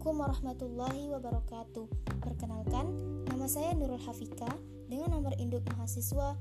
Assalamualaikum warahmatullahi wabarakatuh. Perkenalkan, nama saya Nurul Hafika dengan nomor induk mahasiswa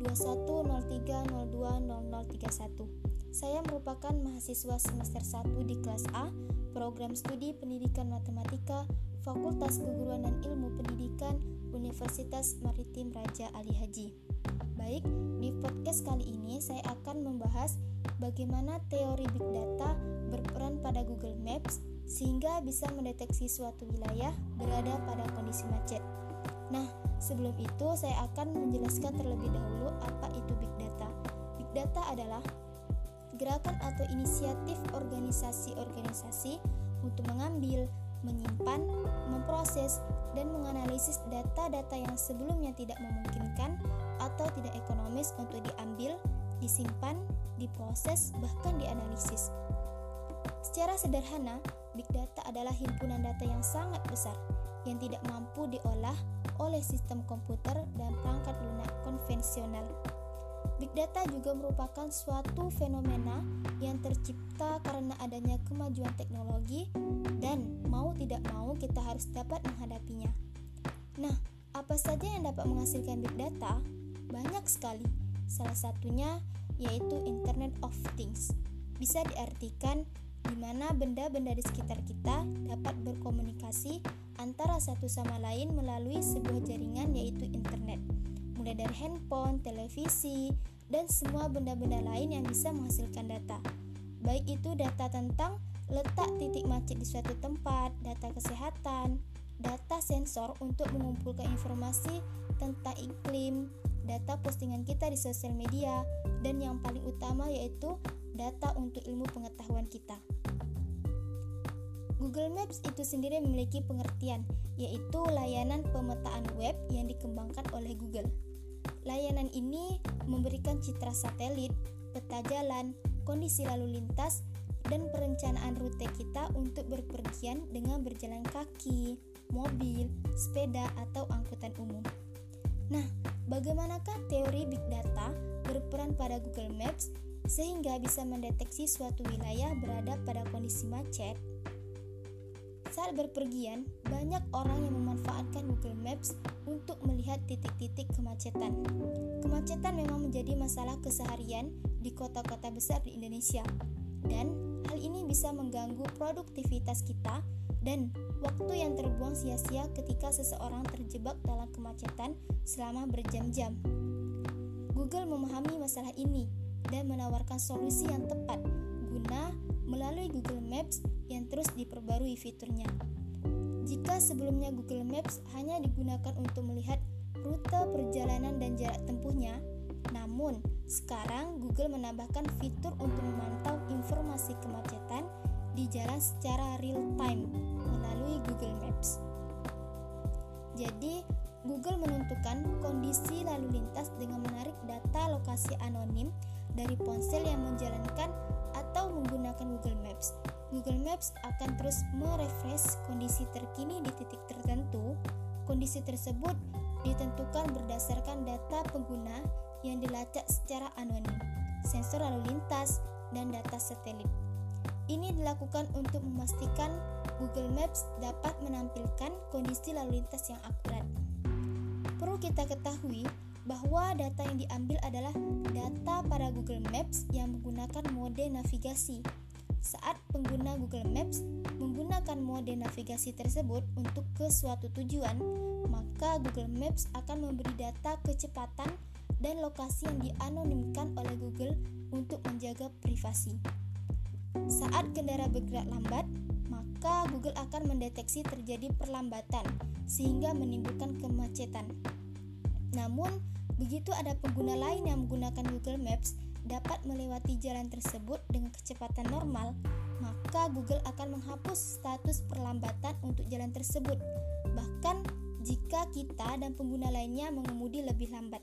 2103020031. Saya merupakan mahasiswa semester 1 di kelas A, program studi Pendidikan Matematika, Fakultas Keguruan dan Ilmu Pendidikan, Universitas Maritim Raja Ali Haji. Baik, di podcast kali ini saya akan membahas bagaimana teori Big Data berperan pada Google Maps sehingga bisa mendeteksi suatu wilayah berada pada kondisi macet. Nah, sebelum itu saya akan menjelaskan terlebih dahulu apa itu Big Data. Big Data adalah gerakan atau inisiatif organisasi-organisasi untuk mengambil, menyimpan, memproses, dan menganalisis data-data yang sebelumnya tidak memungkinkan atau tidak ekonomis untuk diambil, disimpan, diproses, bahkan dianalisis. Secara sederhana, Big Data adalah himpunan data yang sangat besar yang tidak mampu diolah oleh sistem komputer dan perangkat lunak konvensional. Big Data juga merupakan suatu fenomena yang tercipta karena adanya kemajuan teknologi dan mau tidak mau kita harus dapat menghadapinya. Nah, apa saja yang dapat menghasilkan Big Data? Banyak sekali. Salah satunya yaitu Internet of Things. Bisa diartikan di mana benda-benda di sekitar kita dapat berkomunikasi antara satu sama lain melalui sebuah jaringan yaitu internet. Mulai dari handphone, televisi, dan semua benda-benda lain yang bisa menghasilkan data. Baik itu data tentang letak titik macet di suatu tempat, data kesehatan, data sensor untuk mengumpulkan informasi tentang iklim, data postingan kita di sosial media, dan yang paling utama yaitu data untuk ilmu pengetahuan kita. Google Maps itu sendiri memiliki pengertian, yaitu layanan pemetaan web yang dikembangkan oleh Google. Layanan ini memberikan citra satelit, peta jalan, kondisi lalu lintas, dan perencanaan rute kita untuk berpergian dengan berjalan kaki, mobil, sepeda, atau angkutan umum. Nah, bagaimanakah teori Big Data berperan pada Google Maps sehingga bisa mendeteksi suatu wilayah berada pada kondisi macet? Saat berpergian, banyak orang yang memanfaatkan Google Maps untuk melihat titik-titik kemacetan. Kemacetan memang menjadi masalah keseharian di kota-kota besar di Indonesia, dan hal ini bisa mengganggu produktivitas kita dan waktu yang terbuang sia-sia ketika seseorang terjebak dalam kemacetan selama berjam-jam. Google memahami masalah ini dan menawarkan solusi yang tepat guna melalui Google Maps yang terus diperbarui fiturnya. Jika sebelumnya Google Maps hanya digunakan untuk melihat rute perjalanan dan jarak tempuhnya, namun sekarang Google menambahkan fitur untuk memantau informasi kemacetan di jalan secara real time melalui Google Maps. Jadi, Google menentukan kondisi lalu lintas dengan menarik data lokasi anonim dari ponsel yang menjalankan atau menggunakan Google Maps. Google Maps akan terus merefresh kondisi terkini di titik tertentu. Kondisi tersebut ditentukan berdasarkan data pengguna yang dilacak secara anonim, sensor lalu lintas, dan data satelit. Ini dilakukan untuk memastikan Google Maps dapat menampilkan kondisi lalu lintas yang akurat. Perlu kita ketahui bahwa data yang diambil adalah data pada Google Maps yang menggunakan mode navigasi. Saat pengguna Google Maps menggunakan mode navigasi tersebut untuk ke suatu tujuan, maka Google Maps akan memberi data kecepatan dan lokasi yang dianonimkan oleh Google untuk menjaga privasi. Saat kendaraan bergerak lambat, maka Google akan mendeteksi terjadi perlambatan sehingga menimbulkan kemacetan. Namun, begitu ada pengguna lain yang menggunakan Google Maps dapat melewati jalan tersebut dengan kecepatan normal, maka Google akan menghapus status perlambatan untuk jalan tersebut, bahkan jika kita dan pengguna lainnya mengemudi lebih lambat.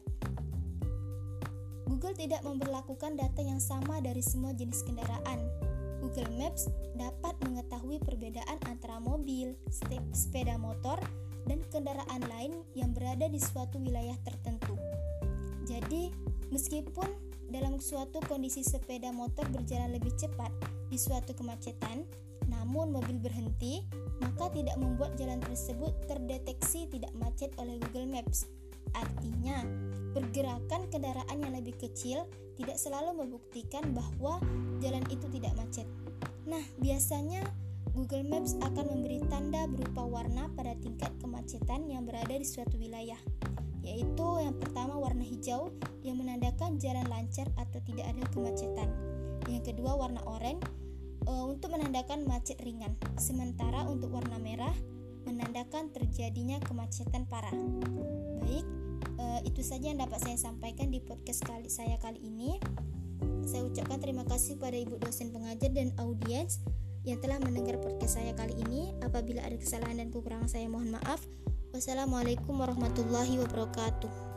Google tidak memberlakukan data yang sama dari semua jenis kendaraan. Google Maps dapat mengetahui perbedaan antara mobil, sepeda motor, dan kendaraan lain yang berada di suatu wilayah tertentu. Jadi, meskipun dalam suatu kondisi sepeda motor berjalan lebih cepat di suatu kemacetan, namun mobil berhenti, maka tidak membuat jalan tersebut terdeteksi tidak macet oleh Google Maps. Artinya, pergerakan kendaraan yang lebih kecil tidak selalu membuktikan bahwa jalan itu tidak macet. Nah, biasanya Google Maps akan memberi tanda berupa warna pada tingkat kemacetan yang berada di suatu wilayah, yaitu yang pertama warna hijau yang menandakan jalan lancar atau tidak ada kemacetan. Yang kedua warna oranye untuk menandakan macet ringan, sementara untuk warna merah menandakan terjadinya kemacetan parah. Baik, itu saja yang dapat saya sampaikan di podcast saya kali ini. Saya ucapkan terima kasih pada Ibu dosen pengajar dan audiens yang telah mendengar podcast saya kali ini. Apabila ada kesalahan dan kekurangan saya mohon maaf. Wassalamualaikum warahmatullahi wabarakatuh.